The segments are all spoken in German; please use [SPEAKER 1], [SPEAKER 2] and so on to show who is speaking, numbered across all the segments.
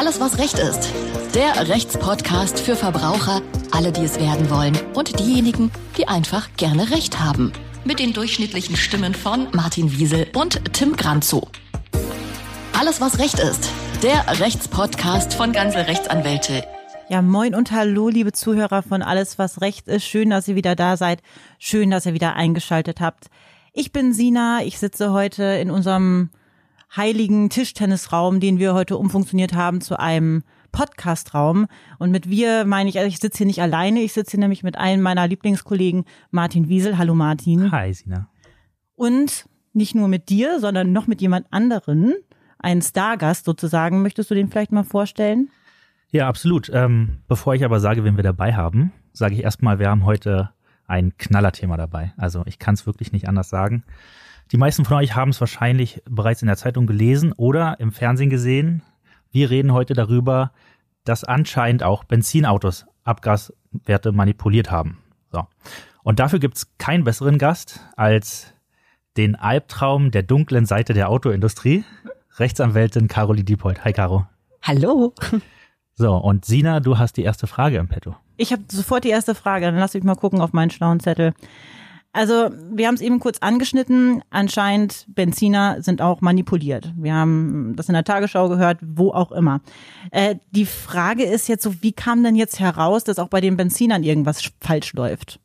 [SPEAKER 1] Alles, was Recht ist. Der Rechtspodcast für Verbraucher, alle, die es werden wollen und diejenigen, die einfach gerne Recht haben. Mit den durchschnittlichen Stimmen von Martin Wiesel und Tim Granzow. Alles, was Recht ist. Der Rechtspodcast von Ganze Rechtsanwälte.
[SPEAKER 2] Ja, moin und hallo, liebe Zuhörer von Alles, was Recht ist. Schön, dass ihr wieder da seid. Schön, dass ihr wieder eingeschaltet habt. Ich bin Sina. Ich sitze heute in unserem heiligen Tischtennisraum, den wir heute umfunktioniert haben zu einem Podcastraum. Und mit wir meine ich, also ich sitze hier nicht alleine. Ich sitze hier nämlich mit einem meiner Lieblingskollegen, Martin Wiesel. Hallo Martin.
[SPEAKER 3] Hi Sina.
[SPEAKER 2] Und nicht nur mit dir, sondern noch mit jemand anderen. Ein Stargast sozusagen. Möchtest du den vielleicht mal vorstellen?
[SPEAKER 3] Ja, absolut. Bevor ich aber sage, wen wir dabei haben, sage ich erstmal, wir haben heute ein Knallerthema dabei. Also ich kann es wirklich nicht anders sagen. Die meisten von euch haben es wahrscheinlich bereits in der Zeitung gelesen oder im Fernsehen gesehen. Wir reden heute darüber, dass anscheinend auch Benzinautos Abgaswerte manipuliert haben. So. Und dafür gibt es keinen besseren Gast als den Albtraum der dunklen Seite der Autoindustrie, Rechtsanwältin Caroline Diepold. Hi Caro.
[SPEAKER 4] Hallo.
[SPEAKER 3] So, und Sina, du hast die erste Frage im Petto.
[SPEAKER 2] Ich habe sofort die erste Frage, dann lass mich mal gucken auf meinen schlauen Zettel. Also wir haben es eben kurz angeschnitten, anscheinend Benziner sind auch manipuliert. Wir haben das in der Tagesschau gehört, wo auch immer. Die Frage ist jetzt so, wie kam denn jetzt heraus, dass auch bei den Benzinern irgendwas falsch läuft?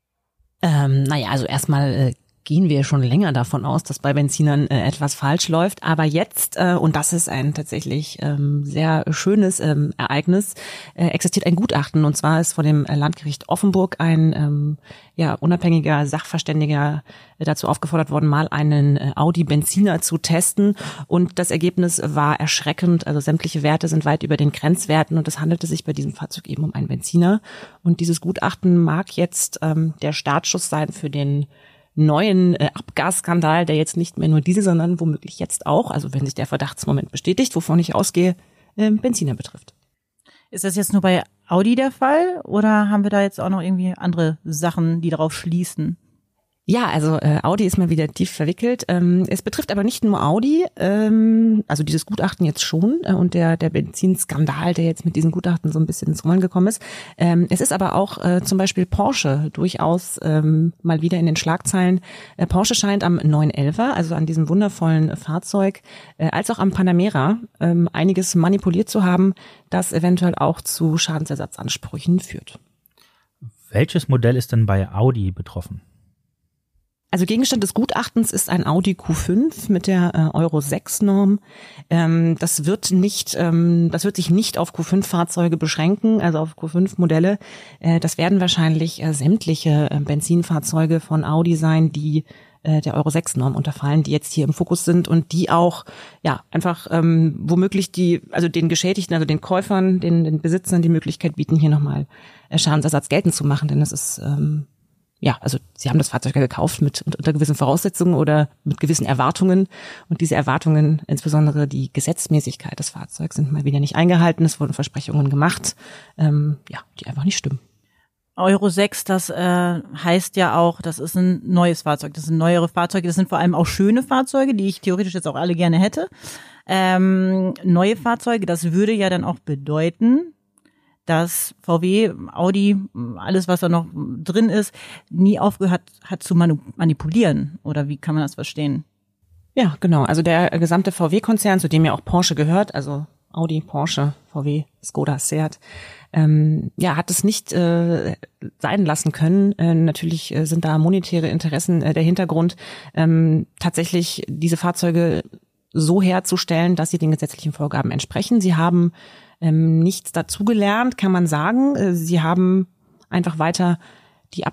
[SPEAKER 4] Also erstmal gehen wir schon länger davon aus, dass bei Benzinern etwas falsch läuft. Aber jetzt, und das ist ein tatsächlich sehr schönes Ereignis, existiert ein Gutachten. Und zwar ist vor dem Landgericht Offenburg ein unabhängiger Sachverständiger dazu aufgefordert worden, mal einen Audi-Benziner zu testen. Und das Ergebnis war erschreckend. Also sämtliche Werte sind weit über den Grenzwerten. Und es handelte sich bei diesem Fahrzeug eben um einen Benziner. Und dieses Gutachten mag jetzt der Startschuss sein für den neuen Abgasskandal, der jetzt nicht mehr nur diese, sondern womöglich jetzt auch, also wenn sich der Verdachtsmoment bestätigt, wovon ich ausgehe, Benziner betrifft.
[SPEAKER 2] Ist das jetzt nur bei Audi der Fall oder haben wir da jetzt auch noch irgendwie andere Sachen, die darauf schließen?
[SPEAKER 4] Ja, also Audi ist mal wieder tief verwickelt. Es betrifft aber nicht nur Audi, also dieses Gutachten jetzt schon und der Benzinskandal, der jetzt mit diesem Gutachten so ein bisschen ins Rollen gekommen ist. Es ist aber auch zum Beispiel Porsche durchaus mal wieder in den Schlagzeilen. Porsche scheint am 911er, also an diesem wundervollen Fahrzeug, als auch am Panamera einiges manipuliert zu haben, das eventuell auch zu Schadensersatzansprüchen führt.
[SPEAKER 3] Welches Modell ist denn bei Audi betroffen?
[SPEAKER 4] Also Gegenstand des Gutachtens ist ein Audi Q5 mit der Euro 6 Norm. Das wird sich nicht auf Q5-Fahrzeuge beschränken, also auf Q5-Modelle. Das werden wahrscheinlich sämtliche Benzinfahrzeuge von Audi sein, die der Euro 6 Norm unterfallen, die jetzt hier im Fokus sind und die auch einfach womöglich den Geschädigten, also den Käufern, den Besitzern die Möglichkeit bieten, hier nochmal Schadensersatz geltend zu machen, denn das ist also sie haben das Fahrzeug ja gekauft unter gewissen Voraussetzungen oder mit gewissen Erwartungen. Und diese Erwartungen, insbesondere die Gesetzmäßigkeit des Fahrzeugs, sind mal wieder nicht eingehalten. Es wurden Versprechungen gemacht, die einfach nicht stimmen.
[SPEAKER 2] Euro 6, das heißt ja auch, das ist ein neues Fahrzeug. Das sind neuere Fahrzeuge. Das sind vor allem auch schöne Fahrzeuge, die ich theoretisch jetzt auch alle gerne hätte. Neue Fahrzeuge, das würde ja dann auch bedeuten, dass VW, Audi, alles, was da noch drin ist, nie aufgehört hat zu manipulieren. Oder wie kann man das verstehen?
[SPEAKER 4] Ja, genau. Also der gesamte VW-Konzern, zu dem ja auch Porsche gehört, also Audi, Porsche, VW, Skoda, Seat, hat es nicht sein lassen können. Natürlich sind da monetäre Interessen der Hintergrund, tatsächlich diese Fahrzeuge so herzustellen, dass sie den gesetzlichen Vorgaben entsprechen. Sie haben nichts dazugelernt, kann man sagen. Sie haben einfach weiter die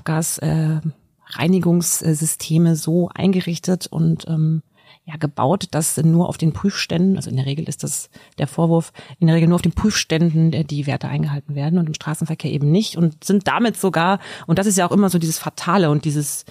[SPEAKER 4] Abgasreinigungssysteme so eingerichtet und gebaut, dass nur auf den Prüfständen, also in der Regel ist das der Vorwurf, in der Regel nur auf den Prüfständen die Werte eingehalten werden und im Straßenverkehr eben nicht und sind damit sogar, und das ist ja auch immer so dieses Fatale und dieses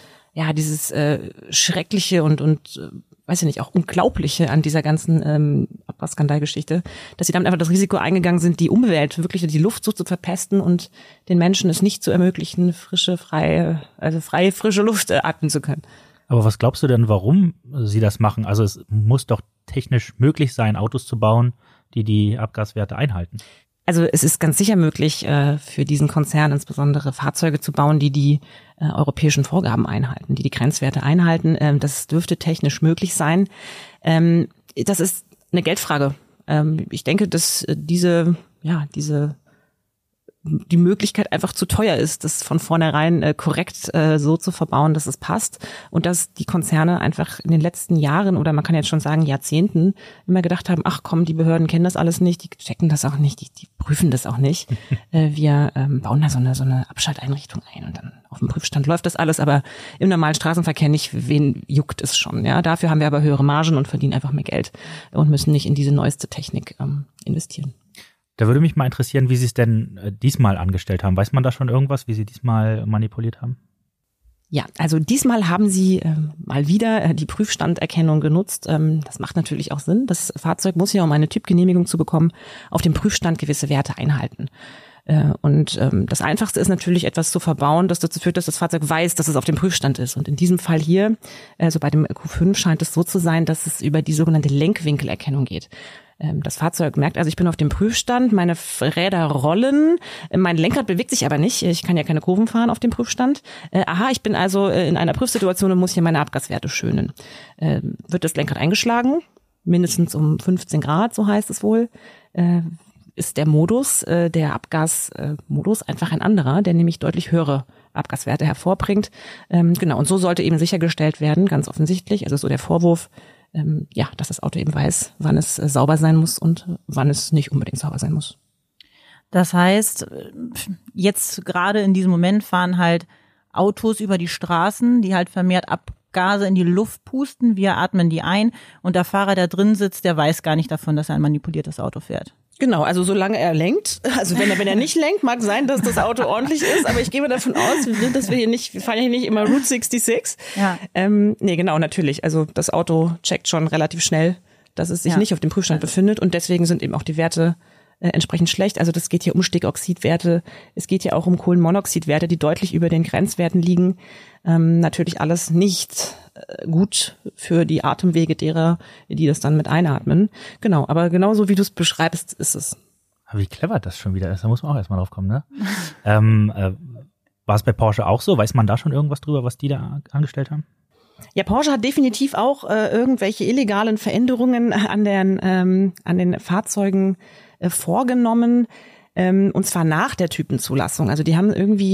[SPEAKER 4] Schreckliche und weiß ich nicht, auch Unglaubliche an dieser ganzen Abgasskandalgeschichte, dass sie damit einfach das Risiko eingegangen sind, die Umwelt, wirklich die Luft so zu verpesten und den Menschen es nicht zu ermöglichen, freie, frische Luft atmen zu können.
[SPEAKER 3] Aber was glaubst du denn, warum sie das machen? Also es muss doch technisch möglich sein, Autos zu bauen, die Abgaswerte einhalten?
[SPEAKER 4] Also es ist ganz sicher möglich, für diesen Konzern insbesondere Fahrzeuge zu bauen, die europäischen Vorgaben einhalten, die Grenzwerte einhalten. Das dürfte technisch möglich sein. Das ist eine Geldfrage. Ich denke, dass die Möglichkeit einfach zu teuer ist, das von vornherein korrekt so zu verbauen, dass es passt, und dass die Konzerne einfach in den letzten Jahren oder man kann jetzt schon sagen Jahrzehnten immer gedacht haben, ach komm, die Behörden kennen das alles nicht, die checken das auch nicht, die prüfen das auch nicht. Wir bauen da so eine Abschalteinrichtung ein und dann auf dem Prüfstand läuft das alles, aber im normalen Straßenverkehr nicht, wen juckt es schon. Ja, dafür haben wir aber höhere Margen und verdienen einfach mehr Geld und müssen nicht in diese neueste Technik investieren.
[SPEAKER 3] Da würde mich mal interessieren, wie Sie es denn diesmal angestellt haben. Weiß man da schon irgendwas, wie Sie diesmal manipuliert haben?
[SPEAKER 4] Ja, also diesmal haben Sie mal wieder die Prüfstanderkennung genutzt. Das macht natürlich auch Sinn. Das Fahrzeug muss ja, um eine Typgenehmigung zu bekommen, auf dem Prüfstand gewisse Werte einhalten. Und das Einfachste ist natürlich, etwas zu verbauen, das dazu führt, dass das Fahrzeug weiß, dass es auf dem Prüfstand ist. Und in diesem Fall hier, also bei dem Q5, scheint es so zu sein, dass es über die sogenannte Lenkwinkelerkennung geht. Das Fahrzeug merkt also, ich bin auf dem Prüfstand, meine Räder rollen, mein Lenkrad bewegt sich aber nicht, ich kann ja keine Kurven fahren auf dem Prüfstand. Ich bin also in einer Prüfsituation und muss hier meine Abgaswerte schönen. Wird das Lenkrad eingeschlagen, mindestens um 15 Grad, so heißt es wohl, ist der Modus, der Abgasmodus einfach ein anderer, der nämlich deutlich höhere Abgaswerte hervorbringt. Genau, und so sollte eben sichergestellt werden, ganz offensichtlich, also so der Vorwurf, dass das Auto eben weiß, wann es sauber sein muss und wann es nicht unbedingt sauber sein muss.
[SPEAKER 2] Das heißt, jetzt gerade in diesem Moment fahren halt Autos über die Straßen, die halt vermehrt Abgase in die Luft pusten. Wir atmen die ein und der Fahrer, der drin sitzt, der weiß gar nicht davon, dass er ein manipuliertes Auto fährt.
[SPEAKER 4] Genau, also solange er lenkt, also wenn er nicht lenkt, mag sein, dass das Auto ordentlich ist, aber ich gehe davon aus, dass wir fahren hier nicht immer Route 66.
[SPEAKER 2] Ja.
[SPEAKER 4] Nee, genau, natürlich. Also das Auto checkt schon relativ schnell, dass es sich nicht auf dem Prüfstand befindet und deswegen sind eben auch die Werte entsprechend schlecht. Also das geht hier um Stickoxidwerte, es geht hier auch um Kohlenmonoxidwerte, die deutlich über den Grenzwerten liegen. Natürlich alles nicht gut für die Atemwege derer, die das dann mit einatmen. Genau, aber genauso wie du es beschreibst, ist es.
[SPEAKER 3] Wie clever das schon wieder ist, da muss man auch erstmal drauf kommen, ne? War es bei Porsche auch so? Weiß man da schon irgendwas drüber, was die da angestellt haben?
[SPEAKER 4] Ja, Porsche hat definitiv auch irgendwelche illegalen Veränderungen an den Fahrzeugen vorgenommen, und zwar nach der Typenzulassung. Also die haben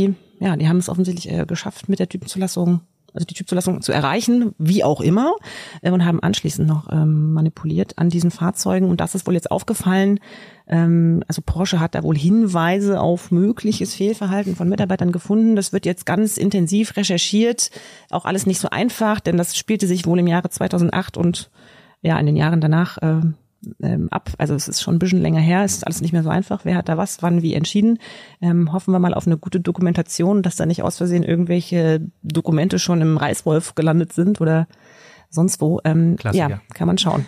[SPEAKER 4] es offensichtlich geschafft, mit der Typenzulassung, also die Typzulassung zu erreichen, wie auch immer, und haben anschließend noch manipuliert an diesen Fahrzeugen. Und das ist wohl jetzt aufgefallen. Also Porsche hat da wohl Hinweise auf mögliches Fehlverhalten von Mitarbeitern gefunden. Das wird jetzt ganz intensiv recherchiert. Auch alles nicht so einfach, denn das spielte sich wohl im Jahre 2008 und in den Jahren danach ab. Also es ist schon ein bisschen länger her, es ist alles nicht mehr so einfach. Wer hat da was, wann, wie entschieden? Hoffen wir mal auf eine gute Dokumentation, dass da nicht aus Versehen irgendwelche Dokumente schon im Reißwolf gelandet sind oder sonst wo.
[SPEAKER 3] Klassiker.
[SPEAKER 4] Kann man schauen.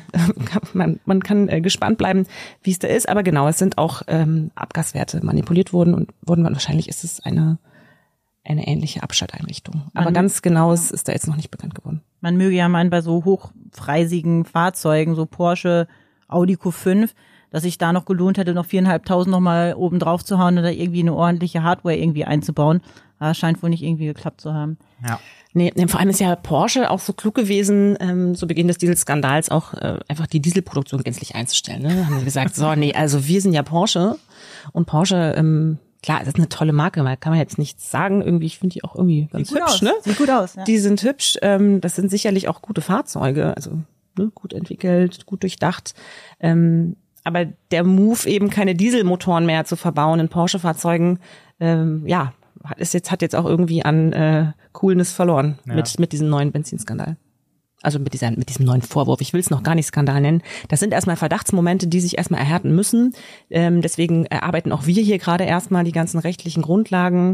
[SPEAKER 4] Man kann gespannt bleiben, wie es da ist. Aber genau, es sind auch Abgaswerte manipuliert worden und wahrscheinlich ist es eine ähnliche Abschalteinrichtung. Aber ganz genau ist da jetzt noch nicht bekannt geworden.
[SPEAKER 2] Man möge ja meinen, bei so hochpreisigen Fahrzeugen, so Porsche, Audi Q5, dass sich da noch gelohnt hätte, noch 4.500 noch mal oben drauf zu hauen oder irgendwie eine ordentliche Hardware irgendwie einzubauen. Das scheint wohl nicht irgendwie geklappt zu haben.
[SPEAKER 3] Ja.
[SPEAKER 4] Nee, vor allem ist ja Porsche auch so klug gewesen, zu Beginn des Dieselskandals auch einfach die Dieselproduktion gänzlich einzustellen. Ne? Haben sie gesagt, also wir sind ja Porsche und Porsche, klar, das ist eine tolle Marke, kann man jetzt nichts sagen. Irgendwie, ich finde die auch irgendwie ganz hübsch, ne?
[SPEAKER 2] Sieht gut aus, ja.
[SPEAKER 4] Die sind hübsch, das sind sicherlich auch gute Fahrzeuge, also gut entwickelt, gut durchdacht. Aber der Move, eben keine Dieselmotoren mehr zu verbauen in Porsche-Fahrzeugen, hat jetzt auch irgendwie an Coolness verloren mit diesem neuen Benzinskandal. Also mit diesem neuen Vorwurf. Ich will es noch gar nicht Skandal nennen. Das sind erstmal Verdachtsmomente, die sich erstmal erhärten müssen. Deswegen erarbeiten auch wir hier gerade erstmal die ganzen rechtlichen Grundlagen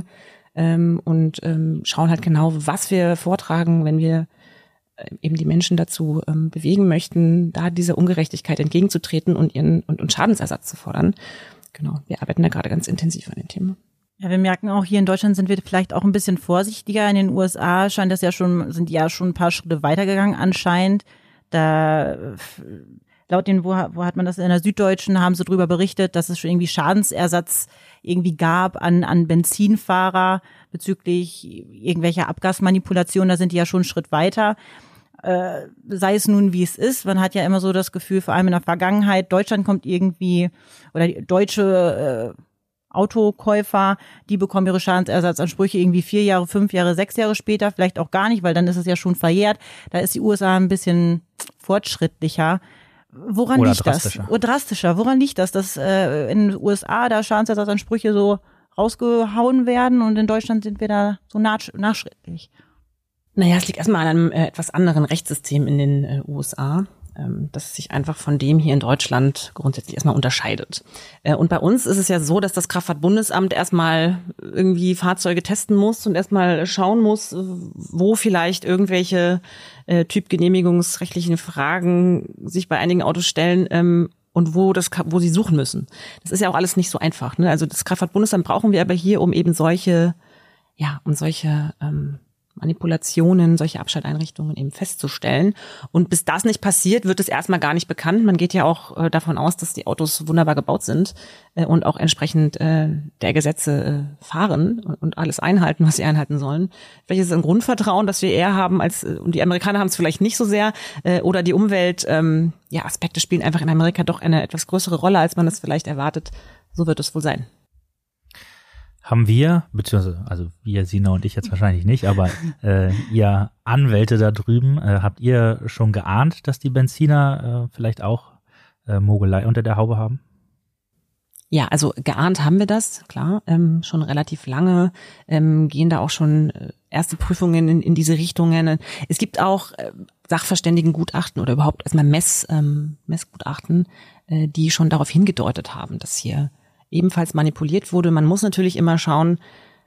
[SPEAKER 4] und schauen halt genau, was wir vortragen, wenn wir eben die Menschen dazu bewegen möchten, da dieser Ungerechtigkeit entgegenzutreten und Schadensersatz zu fordern. Genau, wir arbeiten da gerade ganz intensiv an dem Thema.
[SPEAKER 2] Ja, wir merken auch, hier in Deutschland sind wir vielleicht auch ein bisschen vorsichtiger. In den USA sind die ja schon ein paar Schritte weitergegangen anscheinend. Da laut den, wo hat man das, in der Süddeutschen haben sie drüber berichtet, dass es schon irgendwie Schadensersatz irgendwie gab an Benzinfahrer bezüglich irgendwelcher Abgasmanipulationen. Da sind die ja schon einen Schritt weiter. Sei es nun, wie es ist. Man hat ja immer so das Gefühl, vor allem in der Vergangenheit, Deutschland kommt irgendwie, oder die deutsche Autokäufer, die bekommen ihre Schadensersatzansprüche irgendwie 4 Jahre, 5 Jahre, 6 Jahre später, vielleicht auch gar nicht, weil dann ist es ja schon verjährt. Da ist die USA ein bisschen fortschrittlicher. Woran liegt das? Oder drastischer. Woran liegt das, dass in den USA da Schadensersatzansprüche so rausgehauen werden und in Deutschland sind wir da so nachschrittlich?
[SPEAKER 4] Naja, es liegt erstmal an einem etwas anderen Rechtssystem in den USA, das sich einfach von dem hier in Deutschland grundsätzlich erstmal unterscheidet. Und bei uns ist es ja so, dass das Kraftfahrtbundesamt erstmal irgendwie Fahrzeuge testen muss und erstmal schauen muss, wo vielleicht irgendwelche typgenehmigungsrechtlichen Fragen sich bei einigen Autos stellen, und wo sie suchen müssen. Das ist ja auch alles nicht so einfach, ne? Also das Kraftfahrtbundesamt brauchen wir aber hier, um eben solche Manipulationen, solche Abschalteinrichtungen eben festzustellen. Und bis das nicht passiert, wird es erstmal gar nicht bekannt. Man geht ja auch davon aus, dass die Autos wunderbar gebaut sind und auch entsprechend der Gesetze fahren und alles einhalten, was sie einhalten sollen. Welches ist ein Grundvertrauen, das wir eher haben und die Amerikaner haben es vielleicht nicht so sehr, oder die Umwelt, Aspekte spielen einfach in Amerika doch eine etwas größere Rolle, als man es vielleicht erwartet. So wird es wohl sein.
[SPEAKER 3] Haben wir, beziehungsweise, also wir, Sina und ich jetzt wahrscheinlich nicht, aber ihr Anwälte da drüben, habt ihr schon geahnt, dass die Benziner vielleicht auch Mogelei unter der Haube haben?
[SPEAKER 4] Ja, also geahnt haben wir das, klar, schon relativ lange, gehen da auch schon erste Prüfungen in diese Richtungen. Es gibt auch Sachverständigengutachten oder überhaupt erstmal Messgutachten, die schon darauf hingedeutet haben, dass hier ebenfalls manipuliert wurde. Man muss natürlich immer schauen,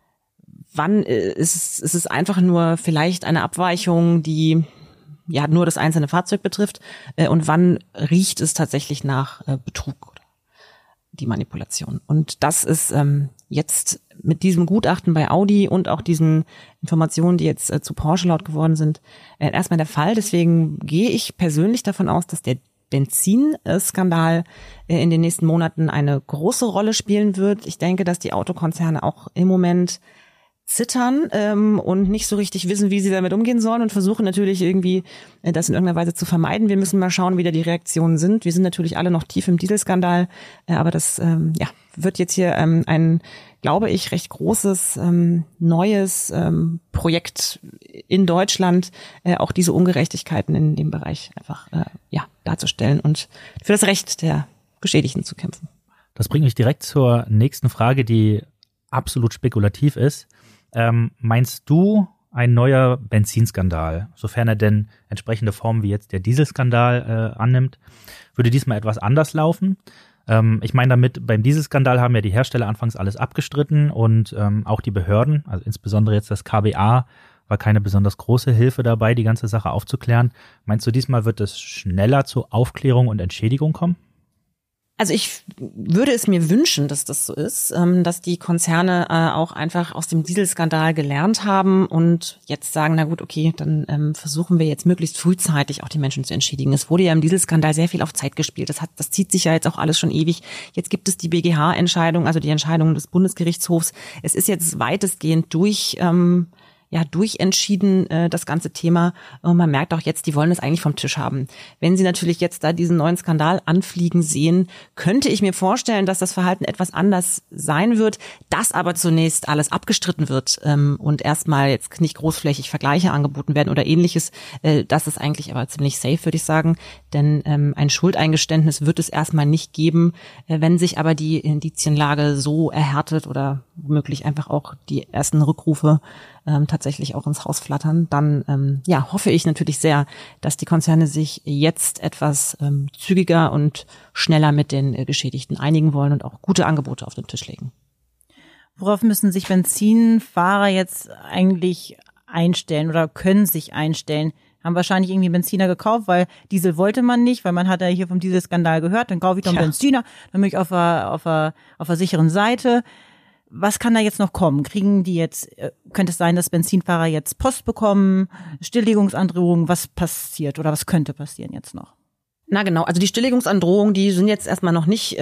[SPEAKER 4] wann ist es einfach nur vielleicht eine Abweichung, die ja nur das einzelne Fahrzeug betrifft, und wann riecht es tatsächlich nach Betrug oder die Manipulation. Und das ist jetzt mit diesem Gutachten bei Audi und auch diesen Informationen, die jetzt zu Porsche laut geworden sind, erstmal der Fall. Deswegen gehe ich persönlich davon aus, dass der Benzinskandal in den nächsten Monaten eine große Rolle spielen wird. Ich denke, dass die Autokonzerne auch im Moment zittern und nicht so richtig wissen, wie sie damit umgehen sollen und versuchen natürlich irgendwie das in irgendeiner Weise zu vermeiden. Wir müssen mal schauen, wie da die Reaktionen sind. Wir sind natürlich alle noch tief im Dieselskandal, aber das wird jetzt hier ein, glaube ich, recht großes neues Projekt in Deutschland, auch diese Ungerechtigkeiten in dem Bereich einfach darzustellen und für das Recht der Geschädigten zu kämpfen.
[SPEAKER 3] Das bringt mich direkt zur nächsten Frage, die absolut spekulativ ist. Meinst du, ein neuer Benzinskandal, sofern er denn entsprechende Formen wie jetzt der Dieselskandal annimmt, würde diesmal etwas anders laufen? Ich meine damit, beim Dieselskandal haben ja die Hersteller anfangs alles abgestritten und auch die Behörden, also insbesondere jetzt das KBA, war keine besonders große Hilfe dabei, die ganze Sache aufzuklären. Meinst du, diesmal wird es schneller zu Aufklärung und Entschädigung kommen?
[SPEAKER 4] Also ich würde es mir wünschen, dass das so ist, dass die Konzerne auch einfach aus dem Dieselskandal gelernt haben und jetzt sagen, na gut, okay, dann versuchen wir jetzt möglichst frühzeitig auch die Menschen zu entschädigen. Es wurde ja im Dieselskandal sehr viel auf Zeit gespielt. Das zieht sich ja jetzt auch alles schon ewig. Jetzt gibt es die BGH-Entscheidung, also die Entscheidung des Bundesgerichtshofs. Es ist jetzt weitestgehend durchentschieden, das ganze Thema. Und man merkt auch jetzt, die wollen es eigentlich vom Tisch haben. Wenn sie natürlich jetzt da diesen neuen Skandal anfliegen sehen, könnte ich mir vorstellen, dass das Verhalten etwas anders sein wird, dass aber zunächst alles abgestritten wird und erstmal jetzt nicht großflächig Vergleiche angeboten werden oder ähnliches. Das ist eigentlich aber ziemlich safe, würde ich sagen. Denn ein Schuldeingeständnis wird es erstmal nicht geben. Wenn sich aber die Indizienlage so erhärtet oder womöglich einfach auch die ersten Rückrufe tatsächlich auch ins Haus flattern, dann hoffe ich natürlich sehr, dass die Konzerne sich jetzt etwas zügiger und schneller mit den Geschädigten einigen wollen und auch gute Angebote auf den Tisch legen.
[SPEAKER 2] Worauf müssen sich Benzinfahrer jetzt eigentlich einstellen oder können sich einstellen? Haben wahrscheinlich irgendwie Benziner gekauft, weil Diesel wollte man nicht, weil man hat ja hier vom Dieselskandal gehört, dann kaufe ich doch einen Benziner, dann bin ich auf der sicheren Seite. Was kann da jetzt noch kommen? Kriegen die jetzt, könnte es sein, dass Benzinfahrer jetzt Post bekommen, Stilllegungsandrohungen, was passiert oder was könnte passieren jetzt noch?
[SPEAKER 4] Na genau, also die Stilllegungsandrohungen, die sind jetzt erstmal noch nicht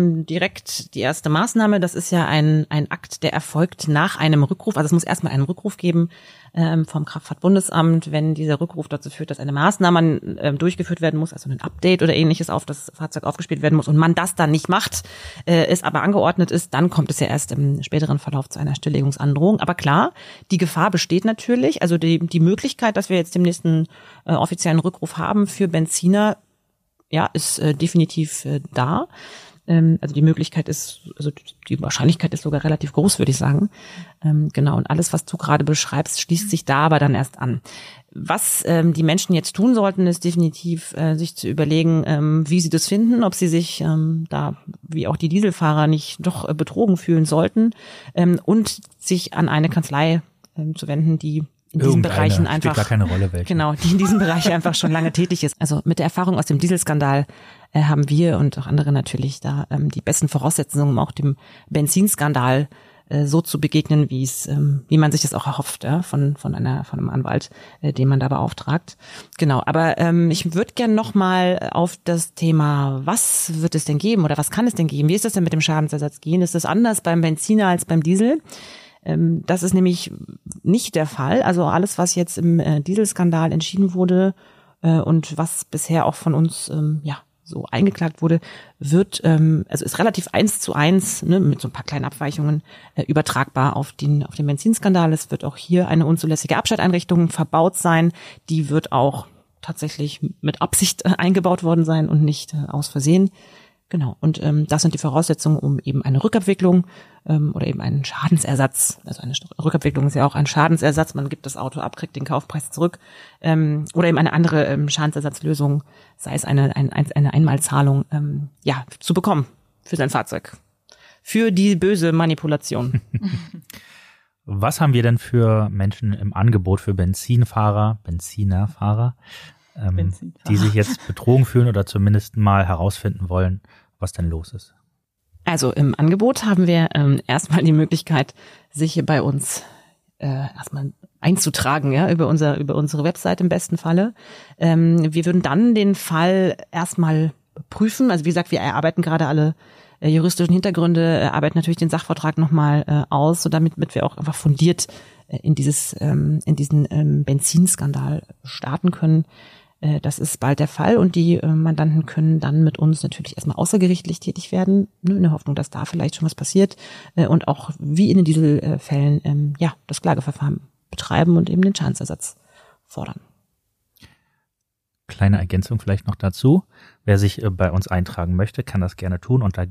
[SPEAKER 4] direkt die erste Maßnahme. Das ist ja ein Akt, der erfolgt nach einem Rückruf. Also es muss erstmal einen Rückruf geben vom Kraftfahrtbundesamt, wenn dieser Rückruf dazu führt, dass eine Maßnahme durchgeführt werden muss, also ein Update oder ähnliches auf das Fahrzeug aufgespielt werden muss und man das dann nicht macht, es aber angeordnet ist, dann kommt es ja erst im späteren Verlauf zu einer Stilllegungsandrohung. Aber klar, die Gefahr besteht natürlich, also die Möglichkeit, dass wir jetzt demnächst einen offiziellen Rückruf haben für Benziner, ja, ist definitiv da. Also die Möglichkeit ist, also die Wahrscheinlichkeit ist sogar relativ groß, würde ich sagen. Genau, und alles, was du gerade beschreibst, schließt sich da aber dann erst an. Was die Menschen jetzt tun sollten, ist definitiv sich zu überlegen, wie sie das finden, ob sie sich da, wie auch die Dieselfahrer, nicht doch betrogen fühlen sollten und sich an eine Kanzlei zu wenden, die in diesen Bereichen einfach,
[SPEAKER 3] spielt gar keine Rolle, welche.
[SPEAKER 4] Genau, die in diesen Bereichen einfach schon lange tätig ist. Also mit der Erfahrung aus dem Dieselskandal haben wir und auch andere natürlich da die besten Voraussetzungen, um auch dem Benzinskandal so zu begegnen, wie man sich das auch erhofft, ja, von einem Anwalt, den man da beauftragt. Genau, aber ich würde gerne nochmal auf das Thema, was wird es denn geben oder was kann es denn geben? Wie ist das denn mit dem Schadensersatz gehen? Ist das anders beim Benziner als beim Diesel? Das ist nämlich nicht der Fall. Also alles, was jetzt im Dieselskandal entschieden wurde und was bisher auch von uns so eingeklagt wurde, wird also ist relativ 1:1, ne, mit so ein paar kleinen Abweichungen übertragbar auf den Benzinskandal. Es wird auch hier eine unzulässige Abschalteinrichtung verbaut sein. Die wird auch tatsächlich mit Absicht eingebaut worden sein und nicht aus Versehen. Genau, und das sind die Voraussetzungen, um eben eine Rückabwicklung oder eben einen Schadensersatz, also eine Rückabwicklung ist ja auch ein Schadensersatz, man gibt das Auto ab, kriegt den Kaufpreis zurück, oder eben eine andere Schadensersatzlösung, sei es eine Einmalzahlung, zu bekommen für sein Fahrzeug. Für die böse Manipulation.
[SPEAKER 3] Was haben wir denn für Menschen im Angebot für Benzinerfahrer, die sich jetzt betrogen fühlen oder zumindest mal herausfinden wollen, was denn los ist?
[SPEAKER 4] Also im Angebot haben wir erstmal die Möglichkeit, sich bei uns erstmal einzutragen, ja, über unsere Website im besten Falle. Wir würden dann den Fall erstmal prüfen. Also wie gesagt, wir erarbeiten gerade alle juristischen Hintergründe, erarbeiten natürlich den Sachvertrag nochmal aus, so damit wir auch einfach fundiert in diesen Benzinskandal starten können. Das ist bald der Fall und die Mandanten können dann mit uns natürlich erstmal außergerichtlich tätig werden, ne, in der Hoffnung, dass da vielleicht schon was passiert und auch wie in den Dieselfällen das Klageverfahren betreiben und eben den Schadensersatz fordern.
[SPEAKER 3] Kleine Ergänzung vielleicht noch dazu. Wer sich bei uns eintragen möchte, kann das gerne tun unter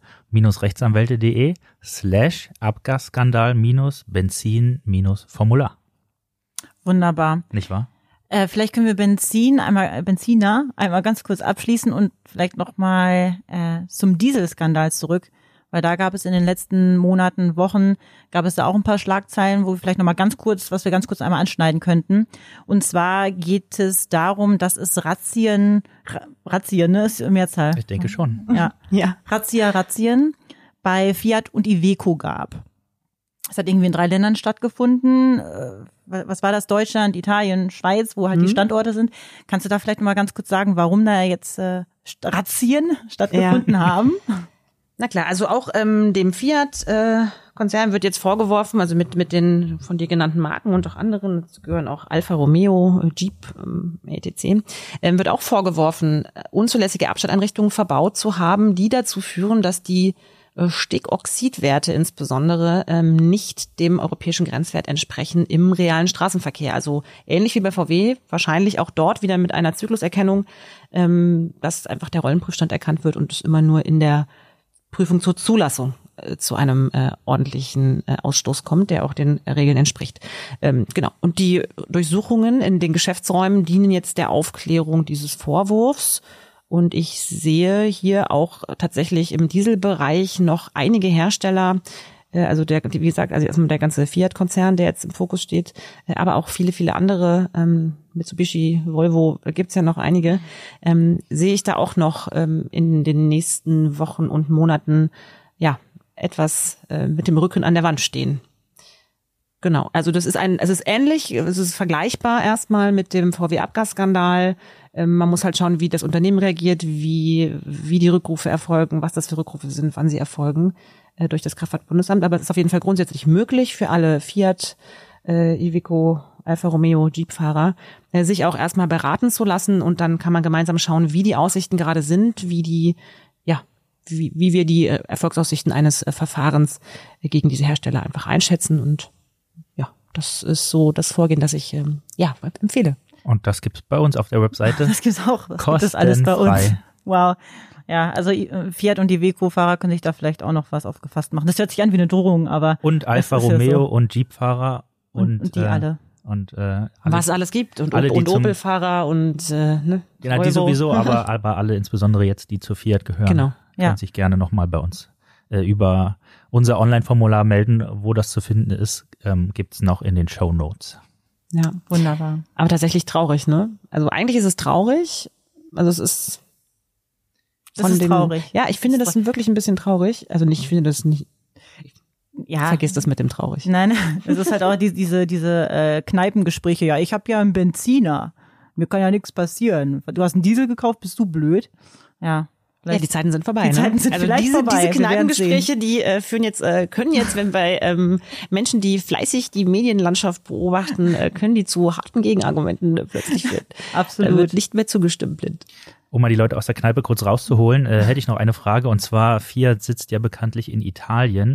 [SPEAKER 3] gansel-rechtsanwälte.de/Abgasskandal-Benzin-Formular.
[SPEAKER 2] Wunderbar.
[SPEAKER 3] Nicht wahr?
[SPEAKER 2] Vielleicht können wir Benziner einmal ganz kurz abschließen und vielleicht nochmal zum Dieselskandal zurück, weil da gab es in den letzten Monaten, Wochen, gab es da auch ein paar Schlagzeilen, wo wir vielleicht nochmal was wir ganz kurz einmal anschneiden könnten. Und zwar geht es darum, dass es Razzien, ne, ist im Mehrzahl.
[SPEAKER 3] Ich denke schon.
[SPEAKER 2] Ja. Razzien bei Fiat und Iveco gab. Es hat irgendwie in 3 Ländern stattgefunden. Was war das? Deutschland, Italien, Schweiz, wo halt die Standorte sind. Kannst du da vielleicht mal ganz kurz sagen, warum da jetzt Razzien stattgefunden haben?
[SPEAKER 4] Na klar, also auch dem Fiat-Konzern wird jetzt vorgeworfen, also mit den von dir genannten Marken und auch anderen, dazu gehören auch Alfa Romeo, Jeep, etc., wird auch vorgeworfen, unzulässige Abschalteinrichtungen verbaut zu haben, die dazu führen, dass die Stickoxidwerte insbesondere nicht dem europäischen Grenzwert entsprechen im realen Straßenverkehr. Also ähnlich wie bei VW, wahrscheinlich auch dort wieder mit einer Zykluserkennung, dass einfach der Rollenprüfstand erkannt wird und es immer nur in der Prüfung zur Zulassung zu einem ordentlichen Ausstoß kommt, der auch den Regeln entspricht. Genau. Und die Durchsuchungen in den Geschäftsräumen dienen jetzt der Aufklärung dieses Vorwurfs. Und ich sehe hier auch tatsächlich im Dieselbereich noch einige Hersteller, also wie gesagt, also erstmal der ganze Fiat-Konzern, der jetzt im Fokus steht, aber auch viele, viele andere, Mitsubishi, Volvo, da gibt's ja noch einige, sehe ich da auch noch in den nächsten Wochen und Monaten etwas mit dem Rücken an der Wand stehen. Genau, also es ist ähnlich, es ist vergleichbar erstmal mit dem VW-Abgasskandal. Man muss halt schauen, wie das Unternehmen reagiert, wie die Rückrufe erfolgen, was das für Rückrufe sind, wann sie erfolgen durch das Kraftfahrtbundesamt. Aber es ist auf jeden Fall grundsätzlich möglich für alle Fiat, Iveco, Alfa Romeo, Jeep-Fahrer, sich auch erstmal beraten zu lassen und dann kann man gemeinsam schauen, wie die Aussichten gerade sind, wie wir die Erfolgsaussichten eines Verfahrens gegen diese Hersteller einfach einschätzen und das ist so das Vorgehen, das ich empfehle.
[SPEAKER 3] Und das gibt's bei uns auf der Webseite.
[SPEAKER 2] Das gibt's auch. Das gibt es alles bei uns.
[SPEAKER 3] Kostenfrei.
[SPEAKER 2] Wow. Ja, also Fiat und die Iveco-Fahrer können sich da vielleicht auch noch was aufgefasst machen. Das hört sich an wie eine Drohung, aber
[SPEAKER 3] und Alfa Romeo und Jeep-Fahrer und
[SPEAKER 2] die alle.
[SPEAKER 3] Und
[SPEAKER 4] was alles gibt und
[SPEAKER 3] alle,
[SPEAKER 4] Opel-Fahrer und
[SPEAKER 3] genau,
[SPEAKER 4] Volvo.
[SPEAKER 3] die sowieso, aber alle insbesondere jetzt, die zur Fiat gehören,
[SPEAKER 4] genau.
[SPEAKER 3] können sich gerne nochmal bei uns über unser Online-Formular melden, wo das zu finden ist, gibt's noch in den Shownotes.
[SPEAKER 4] Ja,
[SPEAKER 2] Wunderbar.
[SPEAKER 4] Aber tatsächlich traurig, ne? Also eigentlich ist es traurig. Also es ist
[SPEAKER 2] traurig.
[SPEAKER 4] Ja, ich finde das wirklich ein bisschen traurig. Also ich finde das nicht.
[SPEAKER 2] Ja.
[SPEAKER 4] Vergiss das mit dem traurig.
[SPEAKER 2] Nein, es ist halt auch diese Kneipengespräche. Ja, ich habe ja einen Benziner. Mir kann ja nichts passieren. Du hast einen Diesel gekauft, bist du blöd? Ja.
[SPEAKER 4] Ja, die Zeiten sind vorbei.
[SPEAKER 2] Die Zeiten sind
[SPEAKER 4] also
[SPEAKER 2] vielleicht vorbei.
[SPEAKER 4] Diese Kneipengespräche, die können jetzt, wenn bei Menschen, die fleißig die Medienlandschaft beobachten, können die zu harten Gegenargumenten plötzlich werden.
[SPEAKER 2] Absolut.
[SPEAKER 4] Wird nicht mehr zugestimmt blind.
[SPEAKER 3] Um mal die Leute aus der Kneipe kurz rauszuholen, hätte ich noch eine Frage. Und zwar, Fiat sitzt ja bekanntlich in Italien.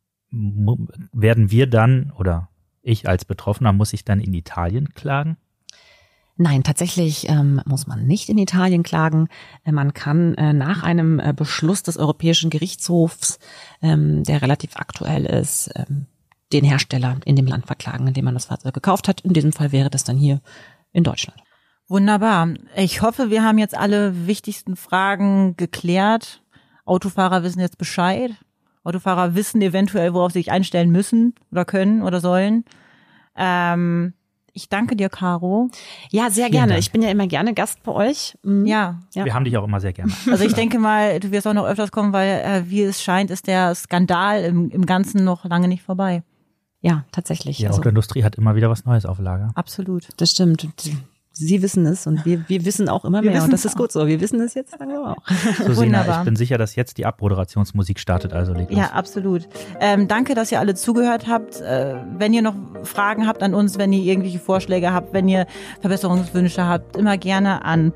[SPEAKER 3] Werden wir dann, oder ich als Betroffener, muss ich dann in Italien klagen?
[SPEAKER 4] Nein, tatsächlich muss man nicht in Italien klagen. Man kann nach einem Beschluss des Europäischen Gerichtshofs, der relativ aktuell ist, den Hersteller in dem Land verklagen, in dem man das Fahrzeug gekauft hat. In diesem Fall wäre das dann hier in Deutschland.
[SPEAKER 2] Wunderbar. Ich hoffe, wir haben jetzt alle wichtigsten Fragen geklärt. Autofahrer wissen jetzt Bescheid. Autofahrer wissen eventuell, worauf sie sich einstellen müssen oder können oder sollen. Ich danke dir, Caro.
[SPEAKER 4] Ja, sehr gerne. Ich bin ja immer gerne Gast bei euch.
[SPEAKER 2] Ja.
[SPEAKER 3] Wir haben dich auch immer sehr gerne.
[SPEAKER 2] Also ich denke mal, du wirst auch noch öfters kommen, weil wie es scheint, ist der Skandal im Ganzen noch lange nicht vorbei.
[SPEAKER 4] Ja, tatsächlich.
[SPEAKER 3] Die Autoindustrie hat immer wieder was Neues auf Lager.
[SPEAKER 2] Absolut.
[SPEAKER 4] Das stimmt. Sie wissen es und wir wissen auch immer mehr und das ist gut so. Wir wissen es jetzt langsam auch.
[SPEAKER 3] So, Sina, ich bin sicher, dass jetzt die Abmoderationsmusik startet, also leg los.
[SPEAKER 2] Ja, absolut. Danke, dass ihr alle zugehört habt. Wenn ihr noch Fragen habt an uns, wenn ihr irgendwelche Vorschläge habt, wenn ihr Verbesserungswünsche habt, immer gerne an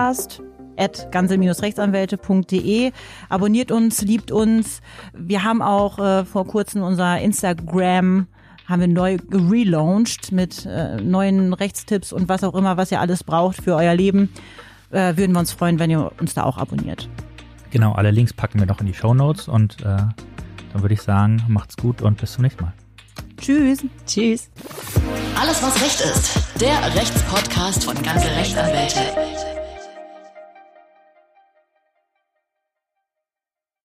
[SPEAKER 2] podcast@gansel-rechtsanwälte.de. Abonniert uns, liebt uns. Wir haben auch vor kurzem unser Instagram haben wir neu gelauncht mit neuen Rechtstipps und was auch immer, was ihr alles braucht für euer Leben. Würden wir uns freuen, wenn ihr uns da auch abonniert.
[SPEAKER 3] Genau, alle Links packen wir noch in die Shownotes und dann würde ich sagen, macht's gut und bis zum nächsten Mal.
[SPEAKER 2] Tschüss.
[SPEAKER 4] Tschüss.
[SPEAKER 1] Alles, was Recht ist. Der Rechtspodcast von Gansel Rechtsanwälte.